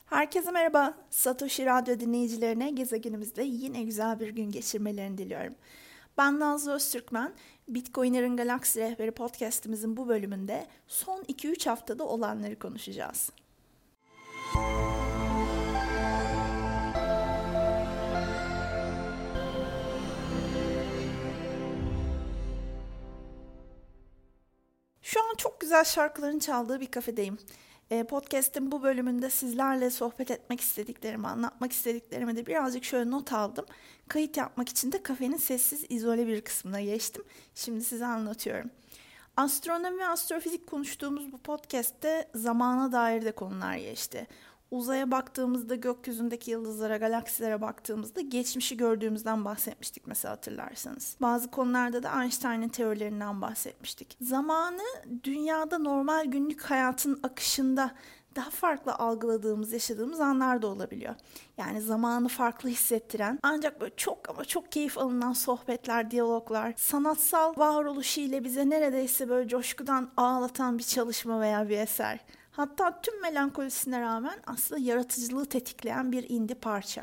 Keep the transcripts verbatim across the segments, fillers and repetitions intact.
Herkese merhaba. Satoshi Radyo dinleyicilerine gezegenimizde yine güzel bir gün geçirmelerini diliyorum. Ben Nazlı Öztürkmen. Bitcoiner'ın Galaksi Rehberi podcastimizin bu bölümünde son iki üç haftada olanları konuşacağız. Şu an çok güzel şarkıların çaldığı bir kafedeyim. Podcast'in bu bölümünde sizlerle sohbet etmek istediklerimi, anlatmak istediklerimi de birazcık şöyle not aldım. Kayıt yapmak için de kafenin sessiz, izole bir kısmına geçtim. Şimdi size anlatıyorum. Astronomi ve astrofizik konuştuğumuz bu podcast'te zamana dair de konular geçti. Uzaya baktığımızda, gökyüzündeki yıldızlara, galaksilere baktığımızda geçmişi gördüğümüzden bahsetmiştik mesela, hatırlarsanız. Bazı konularda da Einstein'ın teorilerinden bahsetmiştik. Zamanı dünyada normal günlük hayatın akışında daha farklı algıladığımız, yaşadığımız anlar da olabiliyor. Yani zamanı farklı hissettiren, ancak böyle çok ama çok keyif alınan sohbetler, diyaloglar, sanatsal varoluşu ile bize neredeyse böyle coşkudan ağlatan bir çalışma veya bir eser. Hatta tüm melankolisine rağmen aslında yaratıcılığı tetikleyen bir indie parça.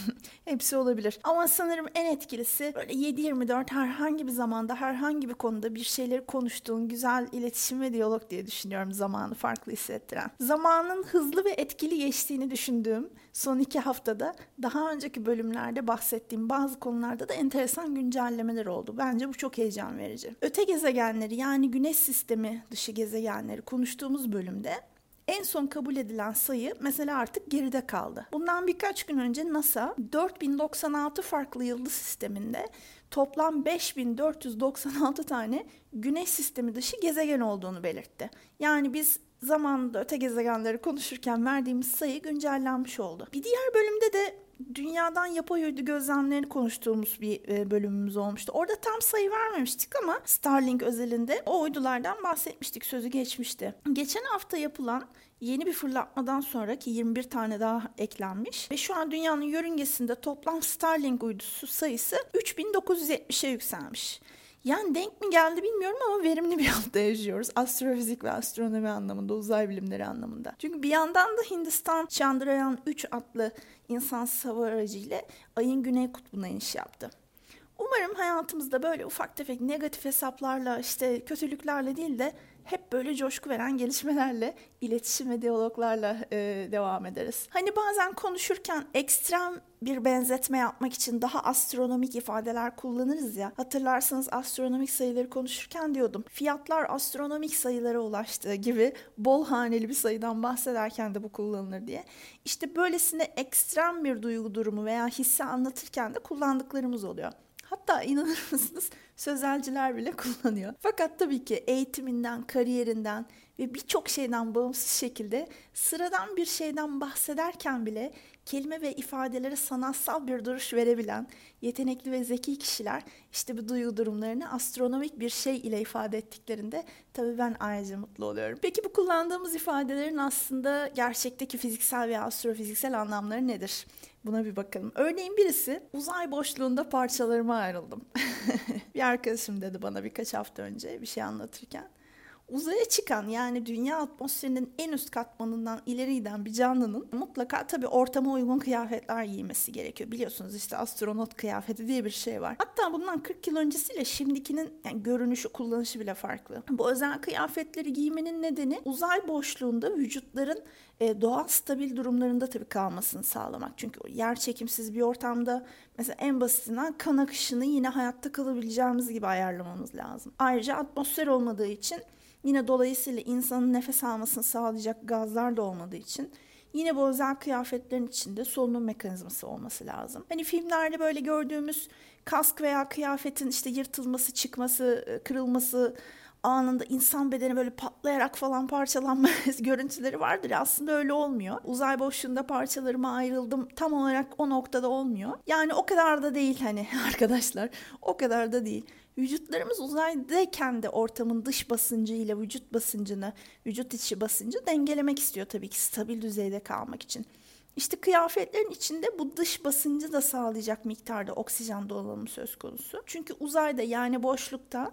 Hepsi olabilir. Ama sanırım en etkilisi böyle yedi yirmi dört herhangi bir zamanda, herhangi bir konuda bir şeyleri konuştuğun güzel iletişim ve diyalog diye düşünüyorum, zamanı farklı hissettiren. Zamanın hızlı ve etkili geçtiğini düşündüğüm son iki haftada daha önceki bölümlerde bahsettiğim bazı konularda da enteresan güncellemeler oldu. Bence bu çok heyecan verici. Öte gezegenleri, yani Güneş sistemi dışı gezegenleri konuştuğumuz bölümde en son kabul edilen sayı mesela artık geride kaldı. Bundan birkaç gün önce NASA dört bin doksan altı farklı yıldız sisteminde toplam beş bin dört yüz doksan altı tane Güneş sistemi dışı gezegen olduğunu belirtti. Yani biz zamanında öte gezegenleri konuşurken verdiğimiz sayı güncellenmiş oldu. Bir diğer bölümde de dünyadan yapay uydu gözlemlerini konuştuğumuz bir bölümümüz olmuştu. Orada tam sayı vermemiştik ama Starlink özelinde o uydulardan bahsetmiştik, sözü geçmişti. Geçen hafta yapılan yeni bir fırlatmadan sonraki yirmi bir tane daha eklenmiş ve şu an dünyanın yörüngesinde toplam Starlink uydusu sayısı üç bin dokuz yüz yetmişe yükselmiş. Yani denk mi geldi bilmiyorum ama verimli bir hafta yaşıyoruz. Astrofizik ve astronomi anlamında, uzay bilimleri anlamında. Çünkü bir yandan da Hindistan Chandrayaan üç adlı insansız hava aracı ile ayın güney kutbuna iniş yaptı. Umarım hayatımızda böyle ufak tefek negatif hesaplarla, işte kötülüklerle değil de hep böyle coşku veren gelişmelerle, iletişim ve diyaloglarla e, devam ederiz. Hani bazen konuşurken ekstrem bir benzetme yapmak için daha astronomik ifadeler kullanırız ya. Hatırlarsanız astronomik sayıları konuşurken diyordum, fiyatlar astronomik sayılara ulaştığı gibi bol haneli bir sayıdan bahsederken de bu kullanılır diye. İşte böylesine ekstrem bir duygu durumu veya hissi anlatırken de kullandıklarımız oluyor. Hatta inanır mısınız, sözelciler bile kullanıyor. Fakat tabii ki eğitiminden, kariyerinden ve birçok şeyden bağımsız şekilde sıradan bir şeyden bahsederken bile kelime ve ifadelere sanatsal bir duruş verebilen yetenekli ve zeki kişiler işte bu duygu durumlarını astronomik bir şey ile ifade ettiklerinde tabii ben ayrıca mutlu oluyorum. Peki bu kullandığımız ifadelerin aslında gerçekteki fiziksel veya astrofiziksel anlamları nedir? Buna bir bakalım. Örneğin birisi, uzay boşluğunda parçalarıma ayrıldım. Bir arkadaşım dedi bana birkaç hafta önce bir şey anlatırken. Uzaya çıkan, yani dünya atmosferinin en üst katmanından ileri giden bir canlının mutlaka tabii ortama uygun kıyafetler giymesi gerekiyor. Biliyorsunuz işte astronot kıyafeti diye bir şey var. Hatta bundan kırk yıl öncesiyle şimdikinin yani görünüşü, kullanışı bile farklı. Bu özel kıyafetleri giymenin nedeni uzay boşluğunda vücutların e, doğal stabil durumlarında tabii kalmasını sağlamak. Çünkü yer çekimsiz bir ortamda mesela en basitinden kan akışını yine hayatta kalabileceğimiz gibi ayarlamamız lazım. Ayrıca atmosfer olmadığı için, yine dolayısıyla insanın nefes almasını sağlayacak gazlar da olmadığı için yine bu özel kıyafetlerin içinde solunum mekanizması olması lazım. Hani filmlerde böyle gördüğümüz kask veya kıyafetin işte yırtılması, çıkması, kırılması, anında insan bedeni böyle patlayarak falan parçalanma görüntüleri vardır ya, aslında öyle olmuyor. Uzay boşluğunda parçalarıma ayrıldım tam olarak o noktada olmuyor. Yani o kadar da değil hani arkadaşlar, o kadar da değil. Vücutlarımız uzaydayken de ortamın dış basıncıyla vücut basıncını, vücut içi basıncı dengelemek istiyor tabii ki, stabil düzeyde kalmak için. İşte kıyafetlerin içinde bu dış basıncı da sağlayacak miktarda oksijen dolanımı söz konusu. Çünkü uzayda, yani boşlukta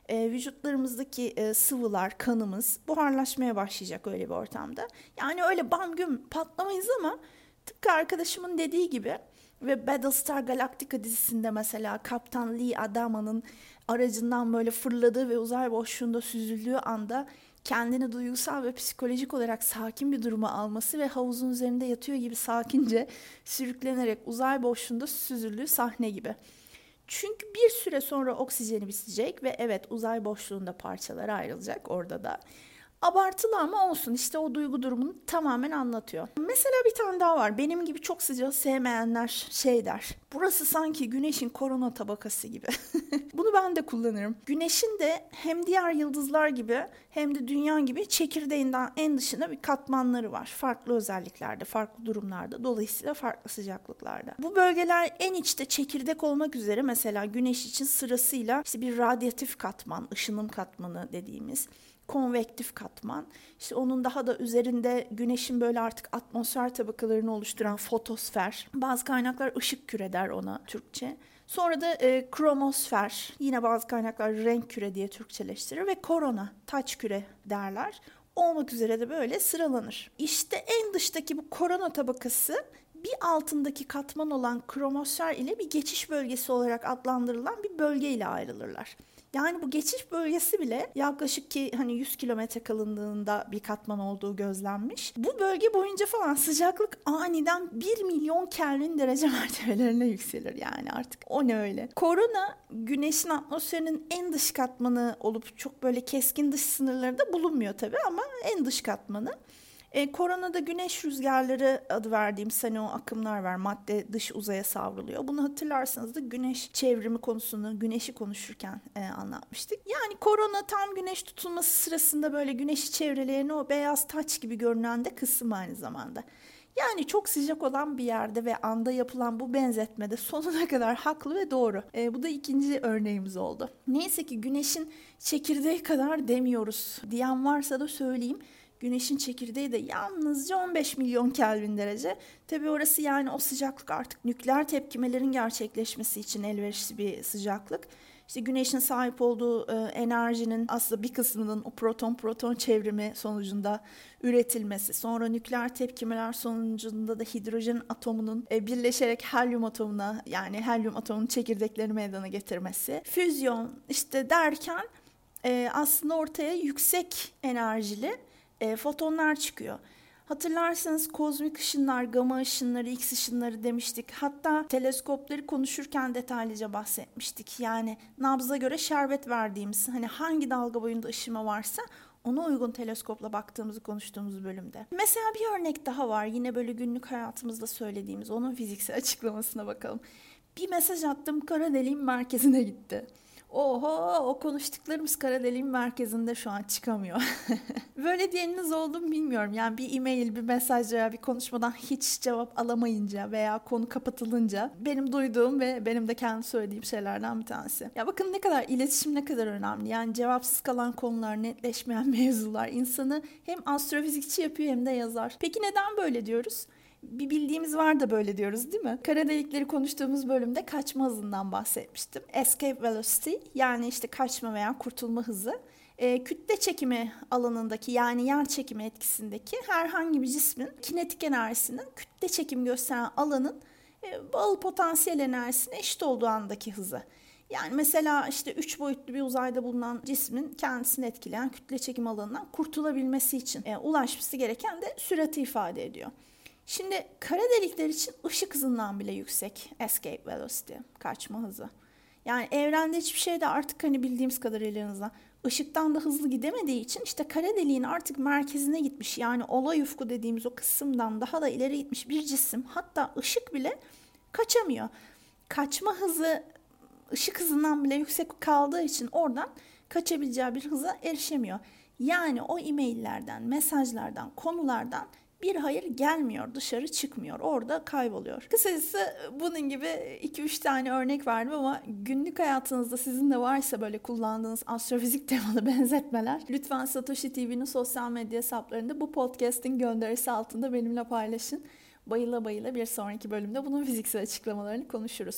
e, vücutlarımızdaki e, sıvılar, kanımız buharlaşmaya başlayacak öyle bir ortamda. Yani öyle bam güm patlamayız ama tıpkı arkadaşımın dediği gibi ve Battlestar Galactica dizisinde mesela Kaptan Lee Adama'nın aracından böyle fırladığı ve uzay boşluğunda süzüldüğü anda kendini duygusal ve psikolojik olarak sakin bir duruma alması ve havuzun üzerinde yatıyor gibi sakince sürüklenerek uzay boşluğunda süzüldüğü sahne gibi. Çünkü bir süre sonra oksijeni bitecek ve evet uzay boşluğunda parçalara ayrılacak orada da. Abartılı ama olsun, işte o duygu durumunu tamamen anlatıyor. Mesela bir tane daha var. Benim gibi çok sıcağı sevmeyenler şey der. Burası sanki güneşin korona tabakası gibi. Bunu ben de kullanırım. Güneşin de hem diğer yıldızlar gibi hem de dünya gibi çekirdeğinden en dışında bir katmanları var. Farklı özelliklerde, farklı durumlarda, dolayısıyla farklı sıcaklıklarda. Bu bölgeler en içte çekirdek olmak üzere mesela güneş için sırasıyla işte bir radyatif katman, ışınım katmanı dediğimiz konvektif katman. İşte onun daha da üzerinde güneşin böyle artık atmosfer tabakalarını oluşturan fotosfer. Bazı kaynaklar ışık küre der ona Türkçe. Sonra da e, kromosfer, yine bazı kaynaklar renk küre diye Türkçeleştirir ve korona, taç küre derler. Olmak üzere de böyle sıralanır. İşte en dıştaki bu korona tabakası bir altındaki katman olan kromosfer ile bir geçiş bölgesi olarak adlandırılan bir bölge ile ayrılırlar. Yani bu geçiş bölgesi bile yaklaşık ki hani yüz kilometre kalınlığında bir katman olduğu gözlenmiş. Bu bölge boyunca falan sıcaklık aniden bir milyon Kelvin derece mertebelerine yükselir yani artık. O ne öyle? Korona güneşin atmosferinin en dış katmanı olup çok böyle keskin dış sınırları da bulunmuyor tabii ama en dış katmanı. E, koronada güneş rüzgarları adı verdiğimiz hani o akımlar var. Madde dış uzaya savruluyor. Bunu hatırlarsanız da güneş çevrimi konusunu, güneşi konuşurken e, anlatmıştık. Yani korona tam güneş tutulması sırasında böyle güneşi çevreleyen o beyaz taç gibi görünen de kısım aynı zamanda. Yani çok sıcak olan bir yerde ve anda yapılan bu benzetmede sonuna kadar haklı ve doğru. E, bu da ikinci örneğimiz oldu. Neyse ki güneşin çekirdeği kadar demiyoruz diyen varsa da söyleyeyim. Güneşin çekirdeği de yalnızca on beş milyon Kelvin derece. Tabii orası yani o sıcaklık artık nükleer tepkimelerin gerçekleşmesi için elverişli bir sıcaklık. İşte güneşin sahip olduğu e, enerjinin aslında bir kısmının o proton-proton çevrimi sonucunda üretilmesi. Sonra nükleer tepkimeler sonucunda da hidrojen atomunun e, birleşerek helyum atomuna yani helyum atomunun çekirdeklerini meydana getirmesi. Füzyon işte derken e, aslında ortaya yüksek enerjili E, fotonlar çıkıyor. Hatırlarsanız kozmik ışınlar, gama ışınları, X ışınları demiştik. Hatta teleskopları konuşurken detaylıca bahsetmiştik. Yani nabza göre şerbet verdiğimiz, hani hangi dalga boyunda ışıma varsa ona uygun teleskopla baktığımızı konuştuğumuz bölümde. Mesela bir örnek daha var. Yine böyle günlük hayatımızda söylediğimiz, onun fiziksel açıklamasına bakalım. Bir mesaj attım, kara deliğin merkezine gitti. Oho, o konuştuklarımız kara deliğin merkezinde şu an çıkamıyor. Böyle diyeniniz oldu mu bilmiyorum. Yani bir e-mail, bir mesaj veya bir konuşmadan hiç cevap alamayınca veya konu kapatılınca benim duyduğum ve benim de kendi söylediğim şeylerden bir tanesi. Ya bakın ne kadar iletişim ne kadar önemli. Yani cevapsız kalan konular, netleşmeyen mevzular insanı hem astrofizikçi yapıyor hem de yazar. Peki neden böyle diyoruz? Bir bildiğimiz var da böyle diyoruz değil mi? Kara delikleri konuştuğumuz bölümde kaçma hızından bahsetmiştim. Escape velocity yani işte kaçma veya kurtulma hızı. E, kütle çekimi alanındaki yani yer çekimi etkisindeki herhangi bir cismin kinetik enerjisinin kütle çekim gösteren alanın e, bağıl potansiyel enerjisine eşit olduğu andaki hızı. Yani mesela işte üç boyutlu bir uzayda bulunan cismin kendisini etkileyen kütle çekim alanından kurtulabilmesi için e, ulaşması gereken de sürati ifade ediyor. Şimdi kara delikler için ışık hızından bile yüksek escape velocity, kaçma hızı. Yani evrende hiçbir şey de artık hani bildiğimiz kadarıyla hızla ışıktan da hızlı gidemediği için işte kara deliğin artık merkezine gitmiş yani olay ufku dediğimiz o kısımdan daha da ileri gitmiş bir cisim hatta ışık bile kaçamıyor. Kaçma hızı ışık hızından bile yüksek kaldığı için oradan kaçabileceği bir hıza erişemiyor. Yani o e-maillerden, mesajlardan, konulardan bir hayır gelmiyor, dışarı çıkmıyor, orada kayboluyor. Kısacası bunun gibi iki üç tane örnek verdim ama günlük hayatınızda sizin de varsa böyle kullandığınız astrofizik temalı benzetmeler lütfen Satoshi T V'nin sosyal medya hesaplarında bu podcast'in gönderisi altında benimle paylaşın. Bayıla bayıla bir sonraki bölümde bunun fiziksel açıklamalarını konuşuruz.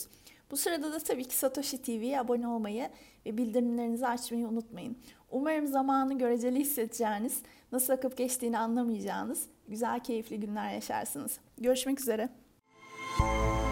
Bu sırada da tabii ki Satoshi T V'ye abone olmayı ve bildirimlerinizi açmayı unutmayın. Umarım zamanı göreceli hissedeceğiniz, nasıl akıp geçtiğini anlamayacağınız güzel, keyifli günler yaşarsınız. Görüşmek üzere.